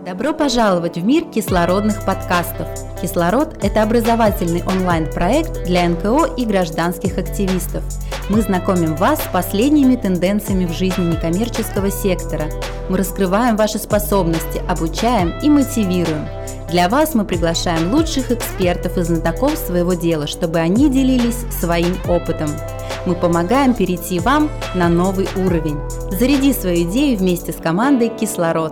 Добро пожаловать в мир кислородных подкастов. «Кислород» – это образовательный онлайн-проект для НКО и гражданских активистов. Мы знакомим вас с последними тенденциями в жизни некоммерческого сектора. Мы раскрываем ваши способности, обучаем и мотивируем. Для вас мы приглашаем лучших экспертов и знатоков своего дела, чтобы они делились своим опытом. Мы помогаем перейти вам на новый уровень. Заряди свою идею вместе с командой «Кислород».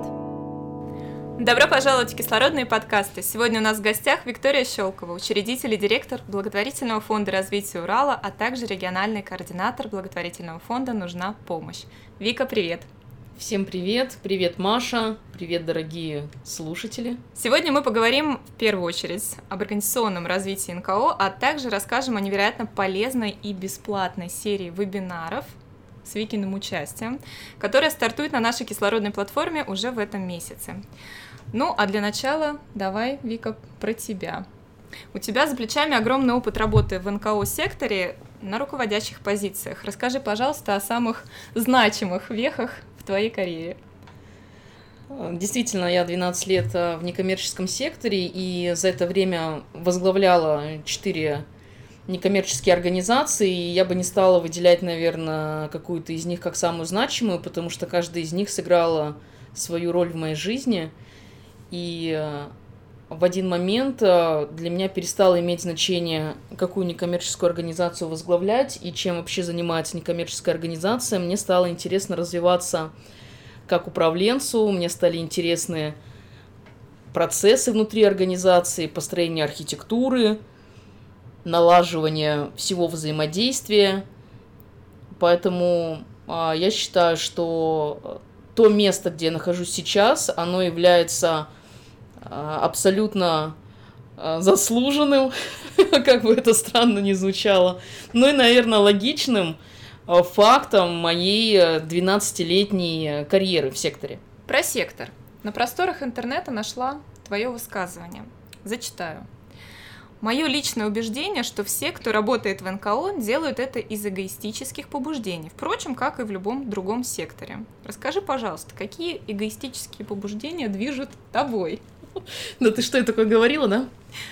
Добро пожаловать в кислородные подкасты. Сегодня у нас в гостях Виктория Щелкова, учредитель и директор благотворительного фонда развития Урала, а также региональный координатор благотворительного фонда «Нужна помощь». Вика, привет! Всем привет! Привет, Маша! Привет, дорогие слушатели! Сегодня мы поговорим в первую очередь об организационном развитии НКО, а также расскажем о невероятно полезной и бесплатной серии вебинаров с Викиным участием, которая стартует на нашей кислородной платформе уже в этом месяце. Ну, а для начала давай, Вика, про тебя. У тебя за плечами огромный опыт работы в НКО-секторе на руководящих позициях. Расскажи, пожалуйста, о самых значимых вехах в твоей карьере. Действительно, я 12 лет в некоммерческом секторе, и за это время возглавляла 4 некоммерческие организации, и я бы не стала выделять, наверное, какую-то из них как самую значимую, потому что каждая из них сыграла свою роль в моей жизни. И в один момент для меня перестало иметь значение, какую некоммерческую организацию возглавлять и чем вообще занимается некоммерческая организация. Мне стало интересно развиваться как управленцу, мне стали интересны процессы внутри организации, построение архитектуры, налаживание всего взаимодействия. Поэтому я считаю, что то место, где я нахожусь сейчас, оно является абсолютно заслуженным, как бы это странно ни звучало, но и, наверное, логичным фактом моей 12-летней карьеры в секторе. Про сектор. На просторах интернета нашла твое высказывание. Зачитаю. Мое личное убеждение, что все, кто работает в НКО, делают это из эгоистических побуждений, впрочем, как и в любом другом секторе. Расскажи, пожалуйста, какие эгоистические побуждения движут тобой? Да ты что, я такое говорила, да?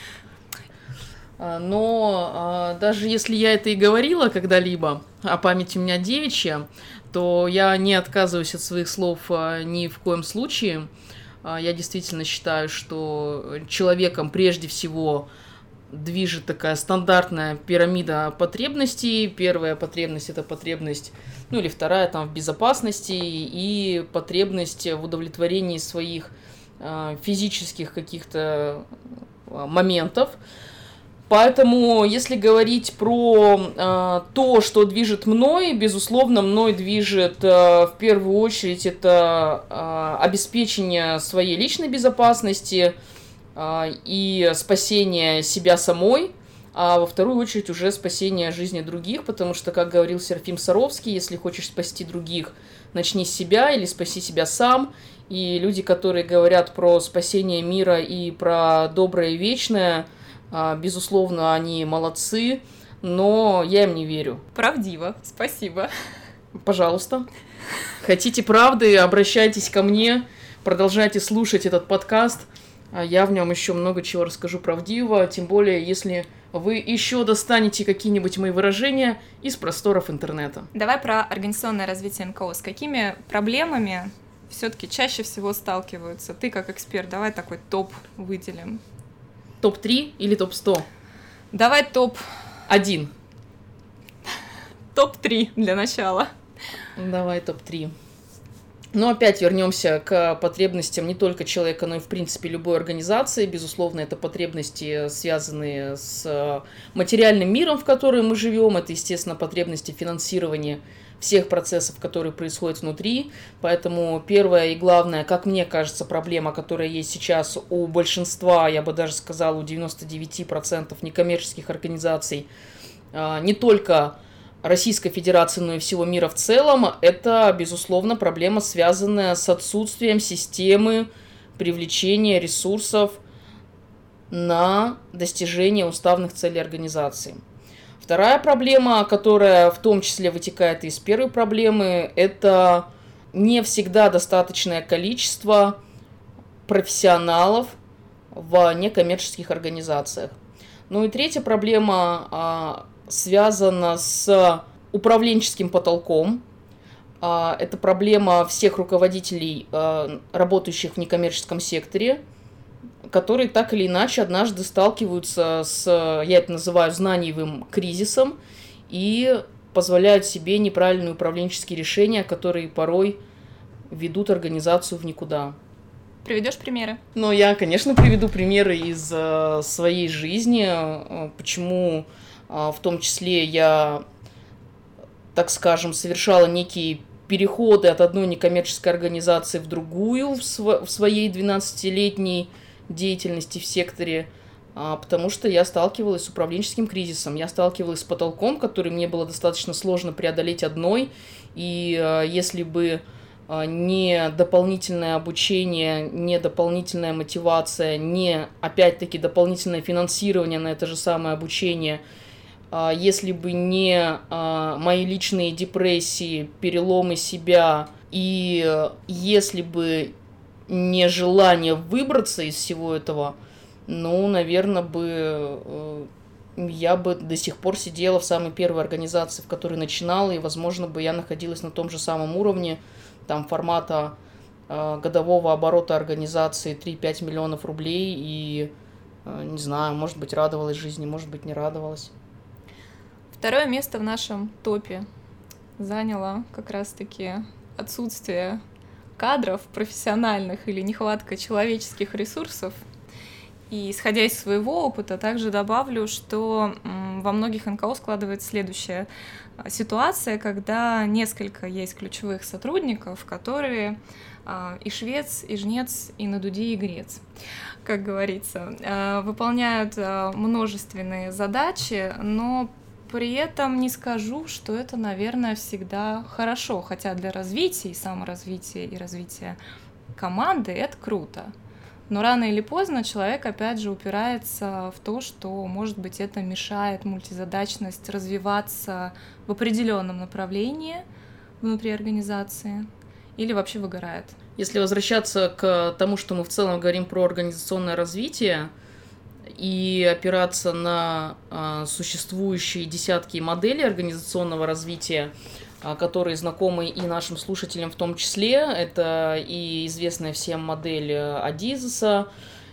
Но даже если я это и говорила когда-либо, а память у меня девичья, то я не отказываюсь от своих слов ни в коем случае. Я действительно считаю, что человеком прежде всего движет такая стандартная пирамида потребностей. Первая потребность – это потребность, ну или вторая там в безопасности, и потребность в удовлетворении своих физических каких-то моментов. Поэтому, если говорить про то, что движет мной, безусловно, мной движет в первую очередь это обеспечение своей личной безопасности и спасение себя самой, а во вторую очередь уже спасение жизни других, потому что, как говорил Серафим Саровский, если хочешь спасти других, начни с себя или спаси себя сам. И люди, которые говорят про спасение мира и про доброе и вечное, безусловно, они молодцы, но я им не верю. Правдиво, спасибо. Пожалуйста. Хотите правды, обращайтесь ко мне, продолжайте слушать этот подкаст. Я в нем еще много чего расскажу правдиво, тем более, если вы еще достанете какие-нибудь мои выражения из просторов интернета. Давай про организационное развитие НКО. С какими проблемами все-таки чаще всего сталкиваются? Ты как эксперт, давай такой топ выделим. Топ-3 или топ-100? Давай топ-1. Топ-3 для начала. Давай топ-3. Но опять вернемся к потребностям не только человека, но и, в принципе, любой организации. Безусловно, это потребности, связанные с материальным миром, в котором мы живем. Это, естественно, потребности финансирования всех процессов, которые происходят внутри. Поэтому первая и главная, как мне кажется, проблема, которая есть сейчас у большинства, я бы даже сказала, у 99% некоммерческих организаций, не только Российской Федерации, но и всего мира в целом, это, безусловно, проблема, связанная с отсутствием системы привлечения ресурсов на достижение уставных целей организации. Вторая проблема, которая в том числе вытекает из первой проблемы, это не всегда достаточное количество профессионалов в некоммерческих организациях. Ну и третья проблема связана с управленческим потолком. Это проблема всех руководителей, работающих в некоммерческом секторе, которые так или иначе однажды сталкиваются с, я это называю, знаниевым кризисом и позволяют себе неправильные управленческие решения, которые порой ведут организацию в никуда. Приведешь примеры? Ну, я, конечно, приведу примеры из своей жизни, почему в том числе я, так скажем, совершала некие переходы от одной некоммерческой организации в другую в своей 12-летней деятельности в секторе, потому что я сталкивалась с управленческим кризисом, я сталкивалась с потолком, который мне было достаточно сложно преодолеть одной, и если бы не дополнительное обучение, не дополнительная мотивация, не, опять-таки, дополнительное финансирование на это же самое обучение, если бы не мои личные депрессии, переломы себя, и если бы не желание выбраться из всего этого, ну, наверное, я бы до сих пор сидела в самой первой организации, в которой начинала, и, возможно, бы я находилась на том же самом уровне, там, формата годового оборота организации 3-5 миллионов рублей, и, не знаю, может быть, радовалась жизни, может быть, не радовалась. Второе место в нашем топе заняло как раз-таки отсутствие кадров профессиональных или нехватка человеческих ресурсов. И исходя из своего опыта, также добавлю, что во многих НКО складывается следующая ситуация, когда несколько есть ключевых сотрудников, которые и швец, и жнец, и на дуде, и грец, как говорится, выполняют множественные задачи, но при этом не скажу, что это, наверное, всегда хорошо, хотя для развития и саморазвития, и развития команды это круто. Но рано или поздно человек, опять же, упирается в то, что, может быть, это мешает мультизадачность развиваться в определенном направлении внутри организации или вообще выгорает. Если возвращаться к тому, что мы в целом говорим про организационное развитие, и опираться на существующие десятки моделей организационного развития, которые знакомы и нашим слушателям в том числе. Это и известная всем модель Адизеса,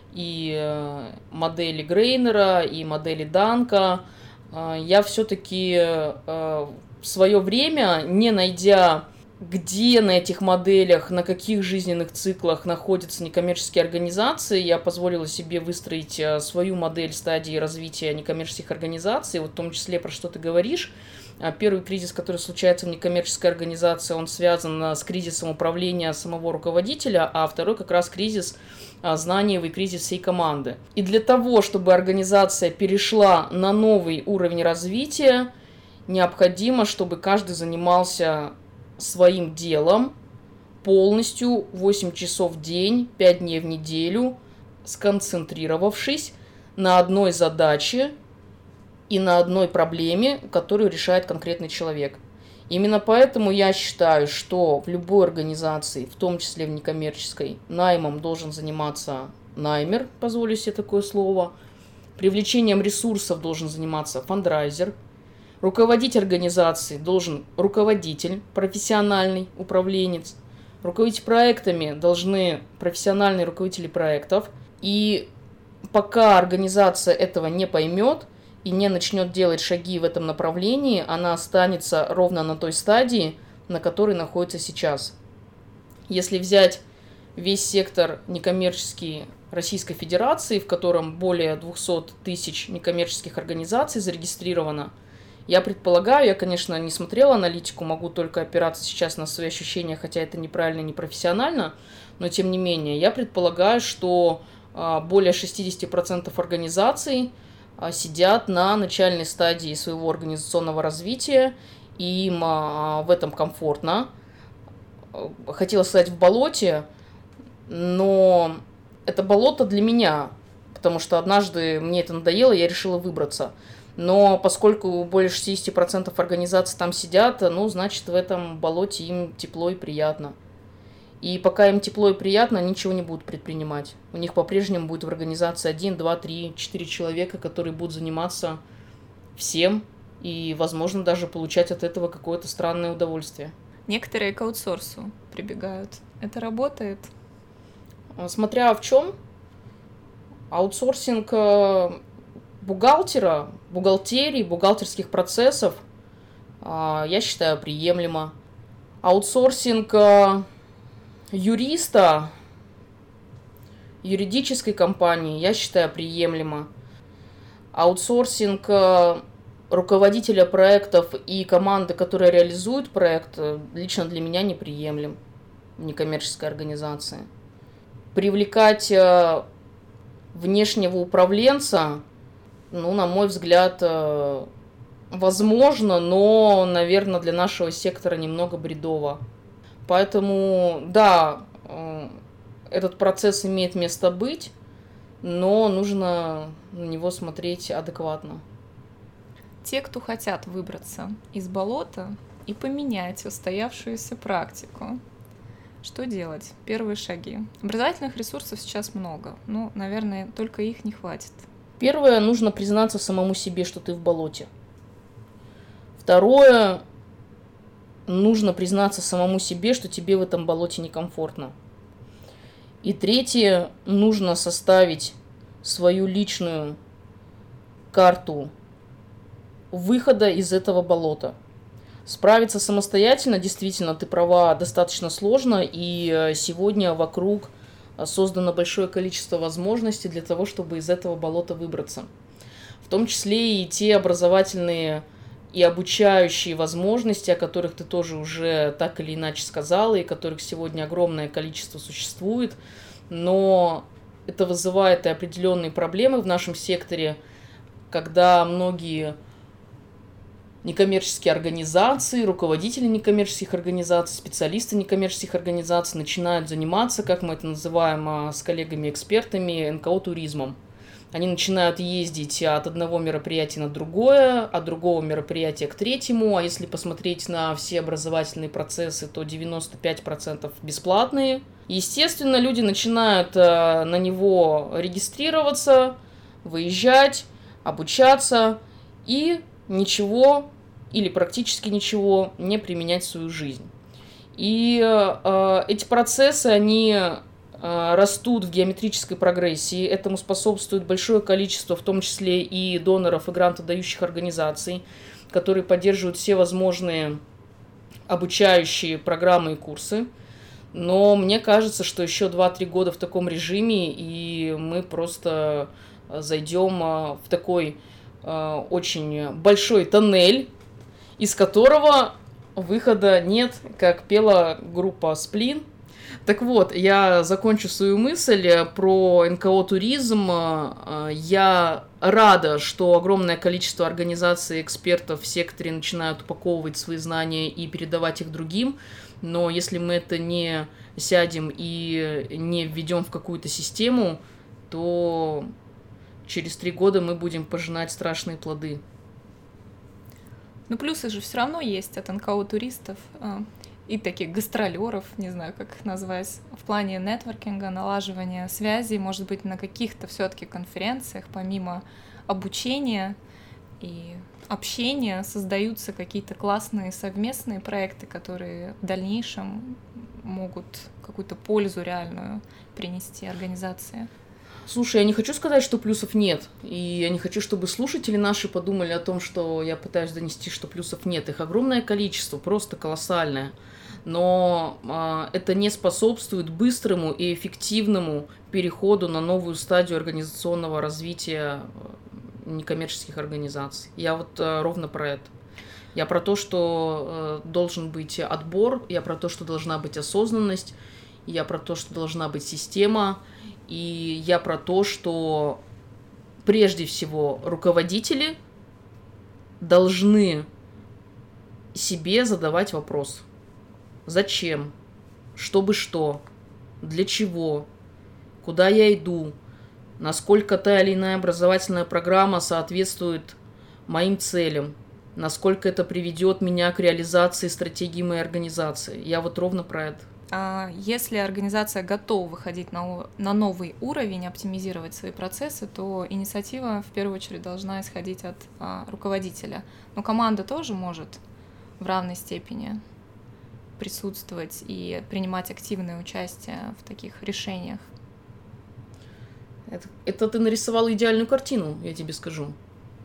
и модели Грейнера, и модели Данка. Я все-таки в свое время, не найдя, где на этих моделях, на каких жизненных циклах находятся некоммерческие организации, я позволила себе выстроить свою модель стадии развития некоммерческих организаций, вот в том числе, про что ты говоришь. Первый кризис, который случается в некоммерческой организации, он связан с кризисом управления самого руководителя, а второй как раз кризис, знаниевый кризис всей команды. И для того, чтобы организация перешла на новый уровень развития, необходимо, чтобы каждый занимался своим делом полностью 8 часов в день, 5 дней в неделю, сконцентрировавшись на одной задаче и на одной проблеме, которую решает конкретный человек. Именно поэтому я считаю, что в любой организации, в том числе в некоммерческой, наймом должен заниматься наймер, позволю себе такое слово, привлечением ресурсов должен заниматься фандрайзер, руководить организацией должен руководитель, профессиональный управленец, руководить проектами должны профессиональные руководители проектов, и пока организация этого не поймет и не начнет делать шаги в этом направлении, она останется ровно на той стадии, на которой находится сейчас. Если взять весь сектор некоммерческий Российской Федерации, в котором более 200 тысяч некоммерческих организаций зарегистрировано, я предполагаю, я, конечно, не смотрела аналитику, могу только опираться сейчас на свои ощущения, хотя это неправильно, непрофессионально, но тем не менее, я предполагаю, что более 60% организаций сидят на начальной стадии своего организационного развития, и им в этом комфортно. Хотела сказать в болоте, но это болото для меня, потому что однажды мне это надоело, я решила выбраться. Но поскольку более 60% организаций там сидят, ну, значит, в этом болоте им тепло и приятно. И пока им тепло и приятно, они ничего не будут предпринимать. У них по-прежнему будет в организации 1, 2, 3, 4 человека, которые будут заниматься всем и, возможно, даже получать от этого какое-то странное удовольствие. Некоторые к аутсорсу прибегают. Это работает? Смотря в чем. Аутсорсинг бухгалтера, бухгалтерии, бухгалтерских процессов, я считаю, приемлемо. Аутсорсинг юриста, юридической компании, я считаю, приемлемо. Аутсорсинг руководителя проектов и команды, которая реализует проект, лично для меня неприемлем в некоммерческой организации. Привлекать внешнего управленца, на мой взгляд, возможно, но, наверное, для нашего сектора немного бредово. Поэтому, да, этот процесс имеет место быть, но нужно на него смотреть адекватно. Те, кто хотят выбраться из болота и поменять устоявшуюся практику, что делать? Первые шаги. Образовательных ресурсов сейчас много, наверное, только их не хватит. Первое, нужно признаться самому себе, что ты в болоте. Второе, нужно признаться самому себе, что тебе в этом болоте некомфортно. И третье, нужно составить свою личную карту выхода из этого болота. Справиться самостоятельно, действительно, ты права, достаточно сложно, и сегодня вокруг создано большое количество возможностей для того, чтобы из этого болота выбраться. В том числе и те образовательные и обучающие возможности, о которых ты тоже уже так или иначе сказала, и которых сегодня огромное количество существует, но это вызывает и определенные проблемы в нашем секторе, когда многие некоммерческие организации, руководители некоммерческих организаций, специалисты некоммерческих организаций начинают заниматься, как мы это называем с коллегами-экспертами, НКО-туризмом. Они начинают ездить от одного мероприятия на другое, от другого мероприятия к третьему, а если посмотреть на все образовательные процессы, то 95% бесплатные. Естественно, люди начинают на него регистрироваться, выезжать, обучаться и ничего или практически ничего не применять в свою жизнь. И эти процессы, они растут в геометрической прогрессии. Этому способствует большое количество, в том числе и доноров, и грантодающих организаций, которые поддерживают все возможные обучающие программы и курсы. Но мне кажется, что еще 2-3 года в таком режиме, и мы просто зайдем в такой очень большой тоннель, из которого выхода нет, как пела группа «Сплин». Так вот, я закончу свою мысль про НКО-туризм. Я рада, что огромное количество организаций и экспертов в секторе начинают упаковывать свои знания и передавать их другим. Но если мы это не сядем и не введем в какую-то систему, то через 3 года мы будем пожинать страшные плоды. Но плюсы же все равно есть от НКО-туристов и таких гастролеров, не знаю, как их назвать, в плане нетворкинга, налаживания связей, может быть, на каких-то все-таки конференциях, помимо обучения и общения, создаются какие-то классные совместные проекты, которые в дальнейшем могут какую-то пользу реальную принести организации. Слушай, я не хочу сказать, что плюсов нет. И я не хочу, чтобы слушатели наши подумали о том, что я пытаюсь донести, что плюсов нет. Их огромное количество, просто колоссальное. Но это не способствует быстрому и эффективному переходу на новую стадию организационного развития некоммерческих организаций. Я вот ровно про это. Я про то, что должен быть отбор, я про то, что должна быть осознанность, я про то, что должна быть система, и я про то, что прежде всего руководители должны себе задавать вопрос: зачем, чтобы что, для чего, куда я иду, насколько та или иная образовательная программа соответствует моим целям, насколько это приведет меня к реализации стратегии моей организации. Я вот ровно про это. Если организация готова выходить на новый уровень, оптимизировать свои процессы, то инициатива в первую очередь должна исходить от руководителя. Но команда тоже может в равной степени присутствовать и принимать активное участие в таких решениях. Это ты нарисовала идеальную картину, я тебе скажу.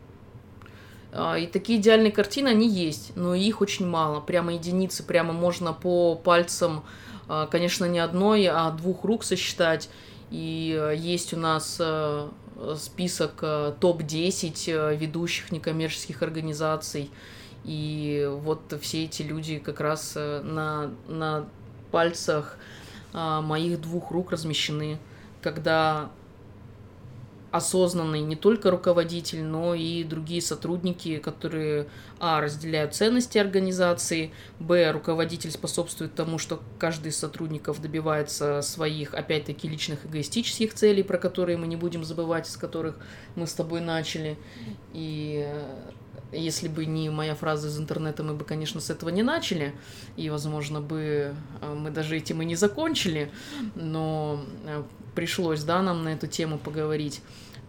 И такие идеальные картины, они есть, но их очень мало, прямо единицы, прямо можно по пальцам, конечно, не одной, а 2 рук сосчитать. И есть у нас список топ-10 ведущих некоммерческих организаций, и вот все эти люди как раз на пальцах моих 2 рук размещены, когда осознанный не только руководитель, но и другие сотрудники, которые, разделяют ценности организации, руководитель способствует тому, что каждый из сотрудников добивается своих, опять-таки, личных эгоистических целей, про которые мы не будем забывать, с которых мы с тобой начали. И если бы не моя фраза из интернета, мы бы, конечно, с этого не начали, и, возможно, бы мы даже этим и не закончили, но пришлось, нам на эту тему поговорить.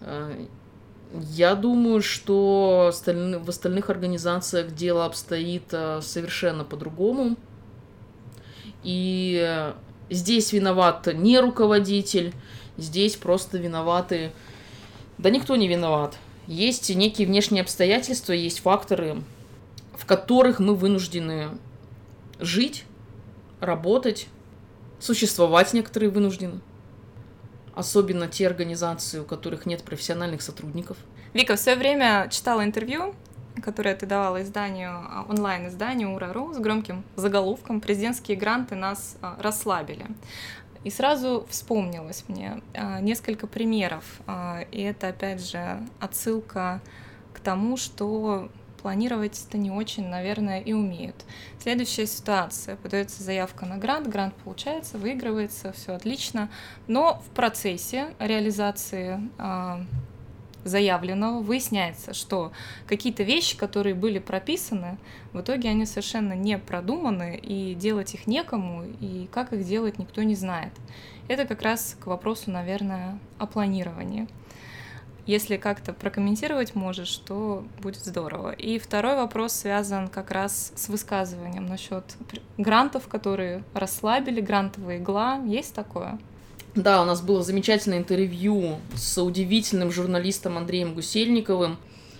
Я думаю, что в остальных организациях дело обстоит совершенно по-другому, и здесь виноват не руководитель, здесь просто виноваты... Да никто не виноват. Есть некие внешние обстоятельства, есть факторы, в которых мы вынуждены жить, работать, существовать некоторые вынуждены. Особенно те организации, у которых нет профессиональных сотрудников. Вика, в свое время читала интервью, которое ты давала онлайн-изданию Ура.ру с громким заголовком «Президентские гранты нас расслабили». И сразу вспомнилось мне несколько примеров. И это, опять же, отсылка к тому, что планировать-то не очень, наверное, и умеют. Следующая ситуация. Подается заявка на грант получается, выигрывается, все отлично. Но в процессе реализации заявленного выясняется, что какие-то вещи, которые были прописаны, в итоге они совершенно не продуманы, и делать их некому, и как их делать никто не знает. Это как раз к вопросу, наверное, о планировании. Если как-то прокомментировать можешь, то будет здорово. И второй вопрос связан как раз с высказыванием насчет грантов, которые расслабили, грантовая игла. Есть такое? Да, у нас было замечательное интервью с удивительным журналистом Андреем Гусельниковым.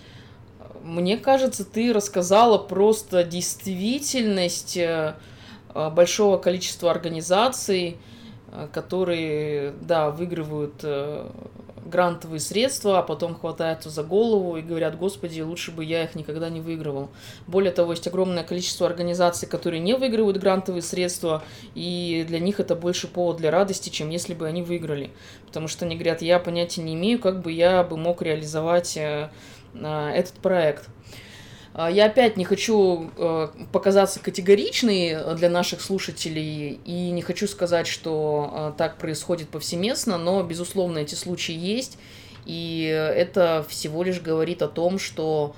Мне кажется, ты рассказала просто действительность большого количества организаций, которые, выигрывают грантовые средства, а потом хватаются за голову и говорят: «Господи, лучше бы я их никогда не выигрывал». Более того, есть огромное количество организаций, которые не выигрывают грантовые средства, и для них это больше повод для радости, чем если бы они выиграли. Потому что они говорят: «Я понятия не имею, как бы я мог реализовать этот проект». Я опять не хочу показаться категоричной для наших слушателей и не хочу сказать, что так происходит повсеместно, но, безусловно, эти случаи есть, и это всего лишь говорит о том, что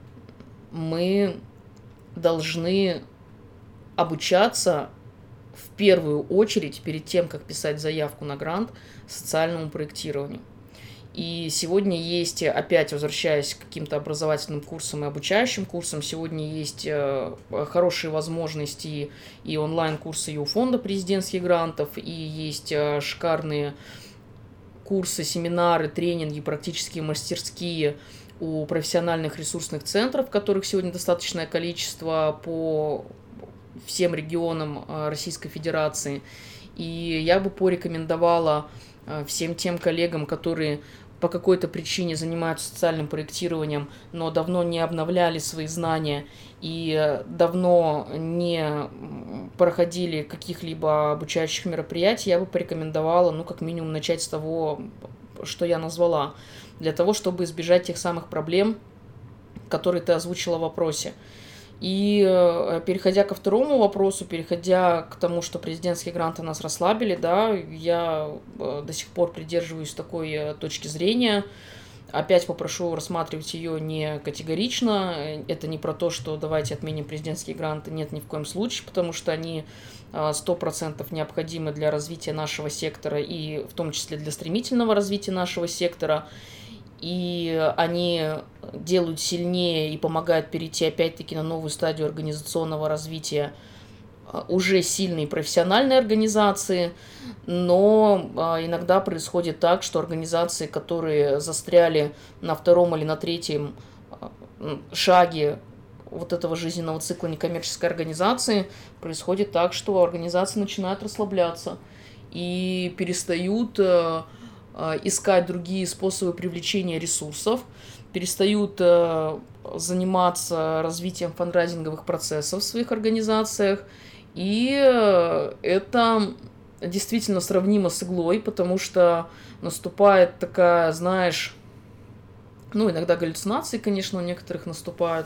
мы должны обучаться в первую очередь, перед тем, как писать заявку на грант, социальному проектированию. И сегодня есть, опять возвращаясь к каким-то образовательным курсам и обучающим курсам, сегодня есть хорошие возможности и онлайн-курсы и у фонда президентских грантов, и есть шикарные курсы, семинары, тренинги, практические мастерские у профессиональных ресурсных центров, которых сегодня достаточное количество по всем регионам Российской Федерации. И я бы порекомендовала всем тем коллегам, которые по какой-то причине занимаются социальным проектированием, но давно не обновляли свои знания и давно не проходили каких-либо обучающих мероприятий, я бы порекомендовала, как минимум, начать с того, что я назвала, для того, чтобы избежать тех самых проблем, которые ты озвучила в вопросе. И переходя ко второму вопросу, переходя к тому, что президентские гранты нас расслабили, я до сих пор придерживаюсь такой точки зрения. Опять попрошу рассматривать ее не категорично. Это не про то, что давайте отменим президентские гранты. Нет, ни в коем случае, потому что они 100% необходимы для развития нашего сектора и в том числе для стремительного развития нашего сектора. И они делают сильнее и помогают перейти опять-таки на новую стадию организационного развития уже сильные профессиональные организации, но иногда происходит так, что организации, которые застряли на втором или на третьем шаге вот этого жизненного цикла некоммерческой организации, происходит так, что организации начинают расслабляться и перестают искать другие способы привлечения ресурсов, перестают заниматься развитием фандрайзинговых процессов в своих организациях. И это действительно сравнимо с иглой, потому что наступает такая, знаешь, иногда галлюцинации, конечно, у некоторых наступают,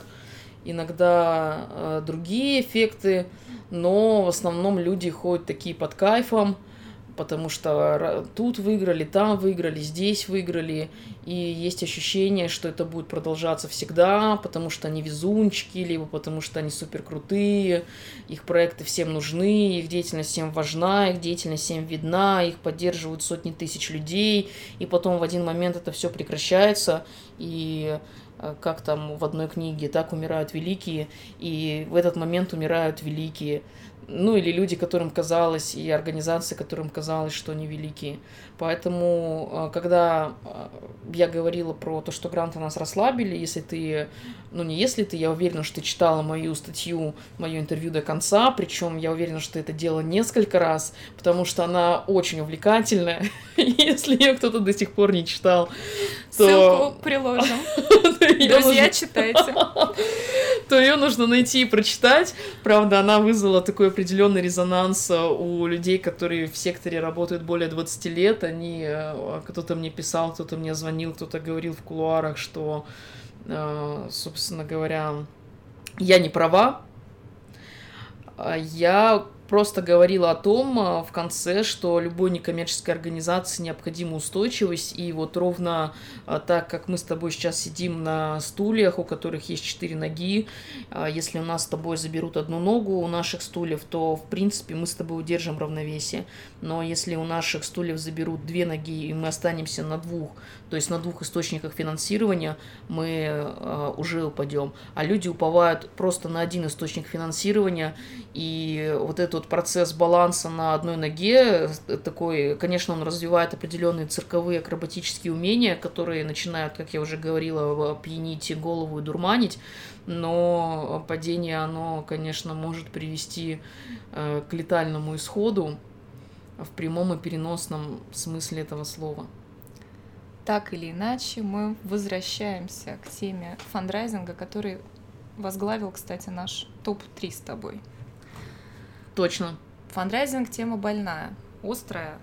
иногда другие эффекты, но в основном люди ходят такие под кайфом, потому что тут выиграли, там выиграли, здесь выиграли, и есть ощущение, что это будет продолжаться всегда, потому что они везунчики, либо потому что они супер крутые, их проекты всем нужны, их деятельность всем важна, их деятельность всем видна, их поддерживают сотни тысяч людей, и потом в один момент это все прекращается, и как там в одной книге, так умирают великие, и в этот момент умирают великие. Или люди, которым казалось, и организации, которым казалось, что они великие. Поэтому, когда я говорила про то, что гранты нас расслабили, если ты, я уверена, что ты читала мою статью, мое интервью до конца, причем я уверена, что ты это делала несколько раз, потому что она очень увлекательная. Если ее кто-то до сих пор не читал, то... Ссылку приложим. Друзья, читайте. То ее нужно найти и прочитать. Правда, она вызвала такой определенный резонанс у людей, которые в секторе работают более 20 лет. Кто-то мне писал, кто-то мне звонил, кто-то говорил в кулуарах, что, собственно говоря, я не права. Я просто говорила о том в конце, что любой некоммерческой организации необходима устойчивость, и вот ровно так, как мы с тобой сейчас сидим на стульях, у которых есть 4 ноги, если у нас с тобой заберут одну ногу у наших стульев, то, в принципе, мы с тобой удержим равновесие, но если у наших стульев заберут 2 ноги, и мы останемся на 2, то есть на 2 источниках финансирования, мы уже упадем, а люди уповают просто на один источник финансирования, и вот этот процесс баланса на одной ноге такой, конечно, он развивает определенные цирковые акробатические умения, которые начинают, как я уже говорила, пьянить голову и дурманить, но падение, оно, конечно, может привести к летальному исходу в прямом и переносном смысле этого слова. Так или иначе, мы возвращаемся к теме фандрайзинга, который возглавил, кстати, наш топ-3 с тобой. Точно. Фандрайзинг — тема больная, острая,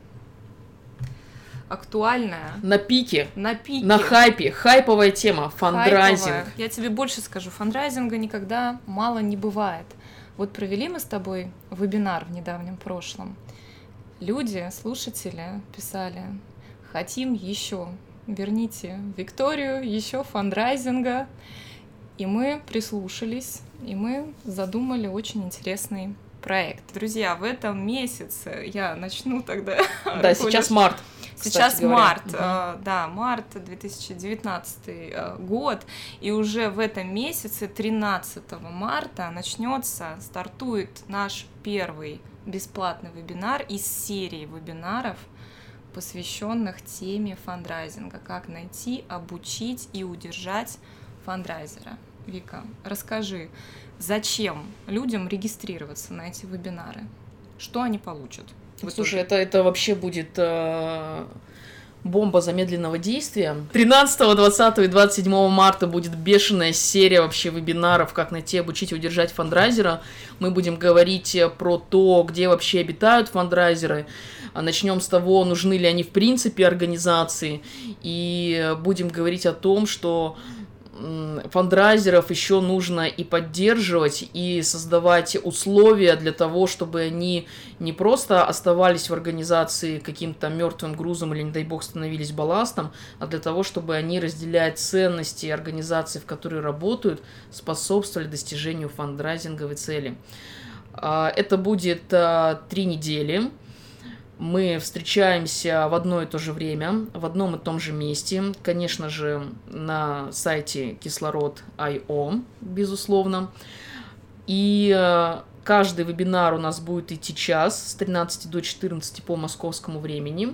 актуальная. На пике. На хайпе. Хайповая тема. Фандрайзинг. Хайповая. Я тебе больше скажу, фандрайзинга никогда мало не бывает. Вот провели мы с тобой вебинар в недавнем прошлом. Люди, слушатели писали: хотим еще, верните Викторию, еще фандрайзинга. И мы прислушались, и мы задумали очень интересный проект. Друзья, в этом месяце я начну тогда... Да, сейчас март. Сейчас март, да, март 2019 год, и уже в этом месяце, 13 марта, стартует наш первый бесплатный вебинар из серии вебинаров, посвященных теме фандрайзинга, как найти, обучить и удержать фандрайзера. Вика, расскажи, зачем людям регистрироваться на эти вебинары? Что они получат? Слушай, это вообще будет бомба замедленного действия. 13, 20 и 27 марта будет бешеная серия вообще вебинаров, как найти, обучить и удержать фандрайзера. Мы будем говорить про то, где вообще обитают фандрайзеры. Начнем с того, нужны ли они в принципе организации. И будем говорить о том, что фандрайзеров еще нужно и поддерживать, и создавать условия для того, чтобы они не просто оставались в организации каким-то мертвым грузом или, не дай бог, становились балластом, а для того, чтобы они, разделяя ценности организации, в которой работают, способствовали достижению фандрайзинговой цели. Это будет 3 недели. Мы встречаемся в одно и то же время, в одном и том же месте, конечно же, на сайте Кислород.io, безусловно. И каждый вебинар у нас будет идти час с 13 до 14 по московскому времени.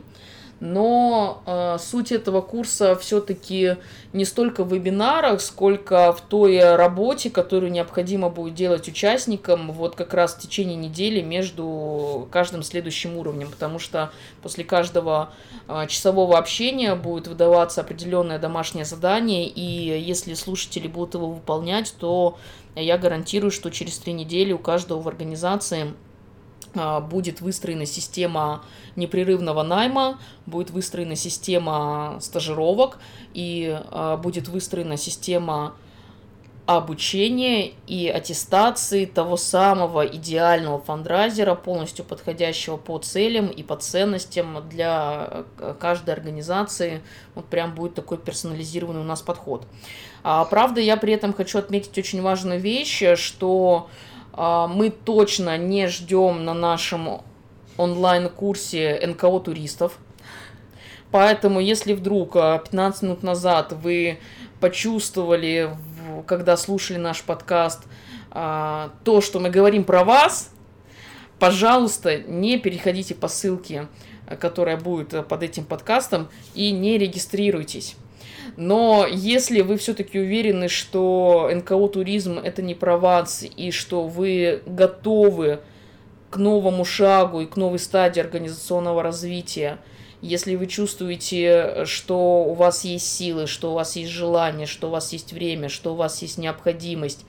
Но суть этого курса все-таки не столько в вебинарах, сколько в той работе, которую необходимо будет делать участникам вот как раз в течение недели между каждым следующим уровнем, потому что после каждого часового общения будет выдаваться определенное домашнее задание, и если слушатели будут его выполнять, то я гарантирую, что через 3 недели у каждого в организации будет выстроена система непрерывного найма, будет выстроена система стажировок и будет выстроена система обучения и аттестации того самого идеального фандрайзера, полностью подходящего по целям и по ценностям для каждой организации. Вот прям будет такой персонализированный у нас подход. Правда, я при этом хочу отметить очень важную вещь, что мы точно не ждем на нашем онлайн-курсе НКО туристов. Поэтому, если вдруг 15 минут назад вы почувствовали, когда слушали наш подкаст, то, что мы говорим про вас, пожалуйста, не переходите по ссылке, которая будет под этим подкастом, и не регистрируйтесь. Но если вы все-таки уверены, что НКО туризм это не про вас, и что вы готовы к новому шагу и к новой стадии организационного развития, если вы чувствуете, что у вас есть силы, что у вас есть желание, что у вас есть время, что у вас есть необходимость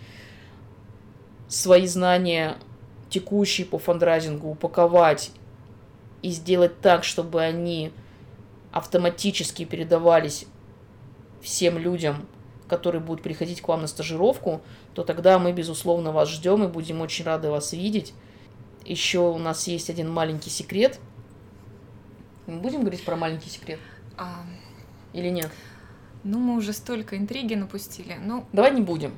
свои знания текущие по фандрайзингу упаковать и сделать так, чтобы они автоматически передавались всем людям, которые будут приходить к вам на стажировку, то тогда мы, безусловно, вас ждем и будем очень рады вас видеть. Еще у нас есть один маленький секрет. Мы будем говорить про маленький секрет? Или нет? Ну, мы уже столько интриги напустили. Давай не будем.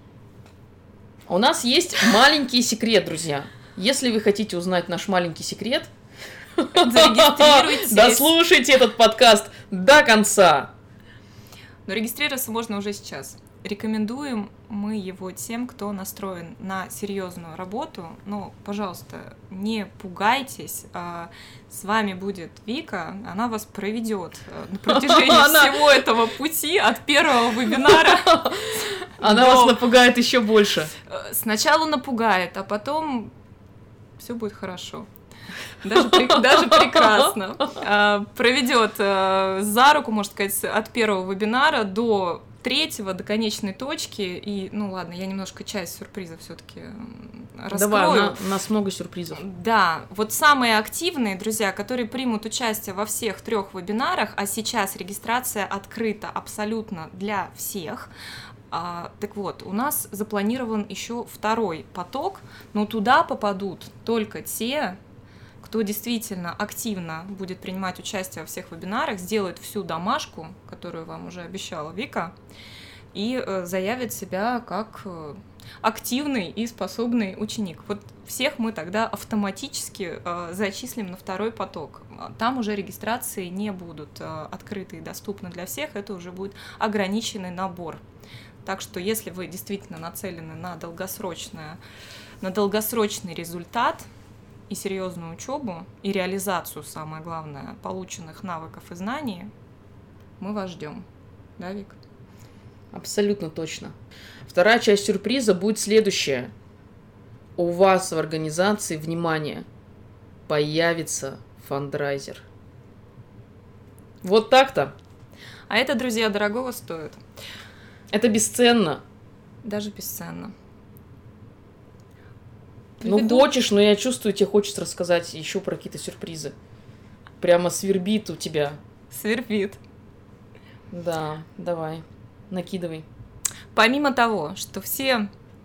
У нас есть маленький секрет, друзья. Если вы хотите узнать наш маленький секрет, зарегистрируйтесь. Дослушайте этот подкаст до конца. Но регистрироваться можно уже сейчас. Рекомендуем мы его тем, кто настроен на серьезную работу. Но, пожалуйста, не пугайтесь. С вами будет Вика. Она вас проведет на протяжении всего этого пути от первого вебинара. Она вас напугает еще больше. Сначала напугает, а потом все будет хорошо. Даже прекрасно. Проведет за руку, можно сказать, от первого вебинара до 3-го, до конечной точки. И, ну ладно, я немножко часть сюрприза все-таки раскрою. Давай, у нас много сюрпризов. Да, вот самые активные, друзья, которые примут участие во всех 3 вебинарах, а сейчас регистрация открыта абсолютно для всех. Так вот, у нас запланирован еще 2-й поток, но туда попадут только те, кто действительно активно будет принимать участие во всех вебинарах, сделает всю домашку, которую вам уже обещала Вика, и заявит себя как активный и способный ученик. Вот всех мы тогда автоматически зачислим на 2-й поток. Там уже регистрации не будут открыты и доступны для всех, это уже будет ограниченный набор. Так что если вы действительно нацелены на долгосрочный результат, и серьезную учебу, и реализацию, самое главное, полученных навыков и знаний, мы вас ждем. Да, Вик? Абсолютно точно. 2-я часть сюрприза будет следующая. У вас в организации, внимание, появится фандрайзер. Вот так-то. А это, друзья, дорогого стоит. Это бесценно. Даже бесценно. Хочешь, но я чувствую, тебе хочется рассказать еще про какие-то сюрпризы. Прямо свербит у тебя. Свербит. Да, давай, накидывай. Помимо того, что все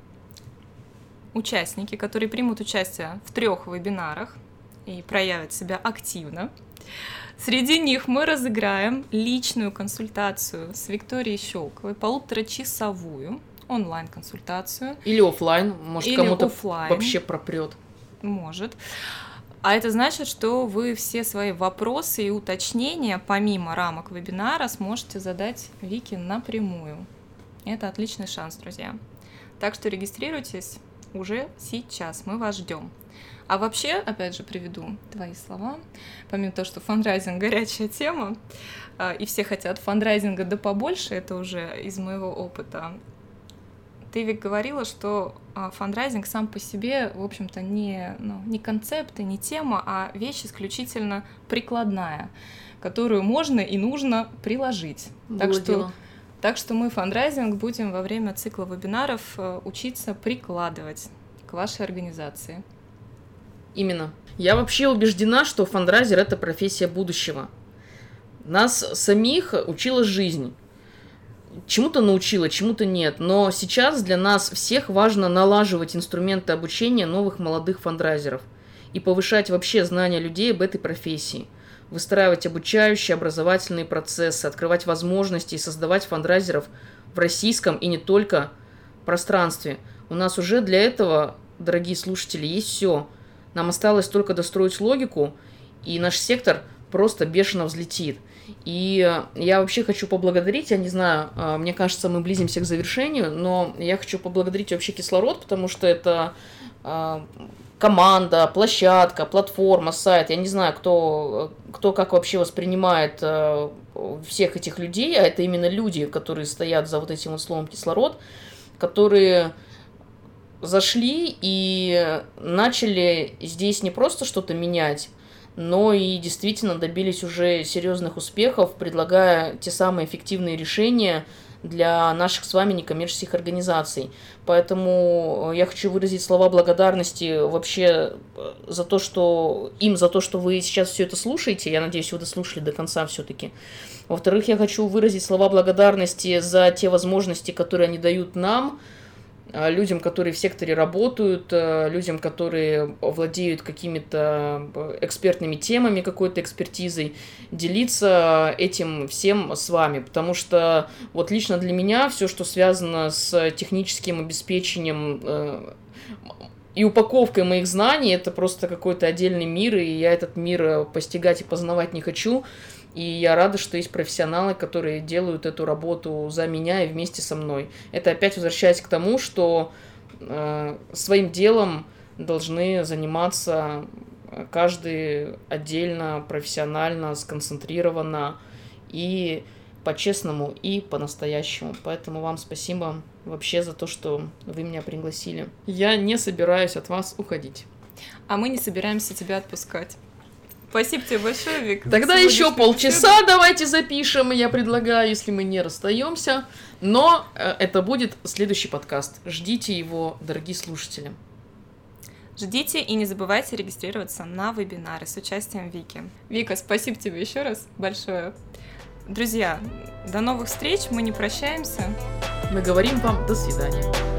участники, которые примут участие в 3 вебинарах и проявят себя активно, среди них мы разыграем личную консультацию с Викторией Щелковой, 1,5-часовую онлайн-консультацию. Или офлайн, может, кому-то вообще пропрет. Может. А это значит, что вы все свои вопросы и уточнения, помимо рамок вебинара, сможете задать Вике напрямую. Это отличный шанс, друзья. Так что регистрируйтесь уже сейчас, мы вас ждем. А вообще, опять же, приведу твои слова. Помимо того, что фандрайзинг — горячая тема, и все хотят фандрайзинга да побольше, это уже из моего опыта. Ты ведь говорила, что фандрайзинг сам по себе, в общем-то, не концепт и не тема, а вещь исключительно прикладная, которую можно и нужно приложить. Так что мы фандрайзинг будем во время цикла вебинаров учиться прикладывать к вашей организации. Именно. Я вообще убеждена, что фандрайзер — это профессия будущего. Нас самих учила жизнь. Чему-то научила, чему-то нет. Но сейчас для нас всех важно налаживать инструменты обучения новых молодых фандрайзеров и повышать вообще знания людей об этой профессии. Выстраивать обучающие, образовательные процессы, открывать возможности и создавать фандрайзеров в российском и не только пространстве. У нас уже для этого, дорогие слушатели, есть все. Нам осталось только достроить логику, и наш сектор просто бешено взлетит. И я вообще хочу поблагодарить, я не знаю, мне кажется, мы близимся к завершению, но я хочу поблагодарить вообще Кислород, потому что это команда, площадка, платформа, сайт. Я не знаю, кто как вообще воспринимает всех этих людей, а это именно люди, которые стоят за вот этим вот словом «кислород», которые зашли и начали здесь не просто что-то менять, но и действительно добились уже серьезных успехов, предлагая те самые эффективные решения для наших с вами некоммерческих организаций. Поэтому я хочу выразить слова благодарности вообще за то, что вы сейчас все это слушаете. Я надеюсь, вы дослушали до конца все-таки. Во-вторых, я хочу выразить слова благодарности за те возможности, которые они дают нам, людям, которые в секторе работают, людям, которые владеют какими-то экспертными темами, какой-то экспертизой, делиться этим всем с вами, потому что вот лично для меня все, что связано с техническим обеспечением и упаковкой моих знаний, это просто какой-то отдельный мир, и я этот мир постигать и познавать не хочу. И я рада, что есть профессионалы, которые делают эту работу за меня и вместе со мной. Это опять возвращаясь к тому, что своим делом должны заниматься каждый отдельно, профессионально, сконцентрированно и по-честному, и по-настоящему. Поэтому вам спасибо вообще за то, что вы меня пригласили. Я не собираюсь от вас уходить. А мы не собираемся тебя отпускать. Спасибо тебе большое, Вик. Тогда еще полчаса давайте запишем, я предлагаю, если мы не расстаемся. Но это будет следующий подкаст. Ждите его, дорогие слушатели. Ждите и не забывайте регистрироваться на вебинары с участием Вики. Вика, спасибо тебе еще раз большое. Друзья, до новых встреч, мы не прощаемся. Мы говорим вам до свидания.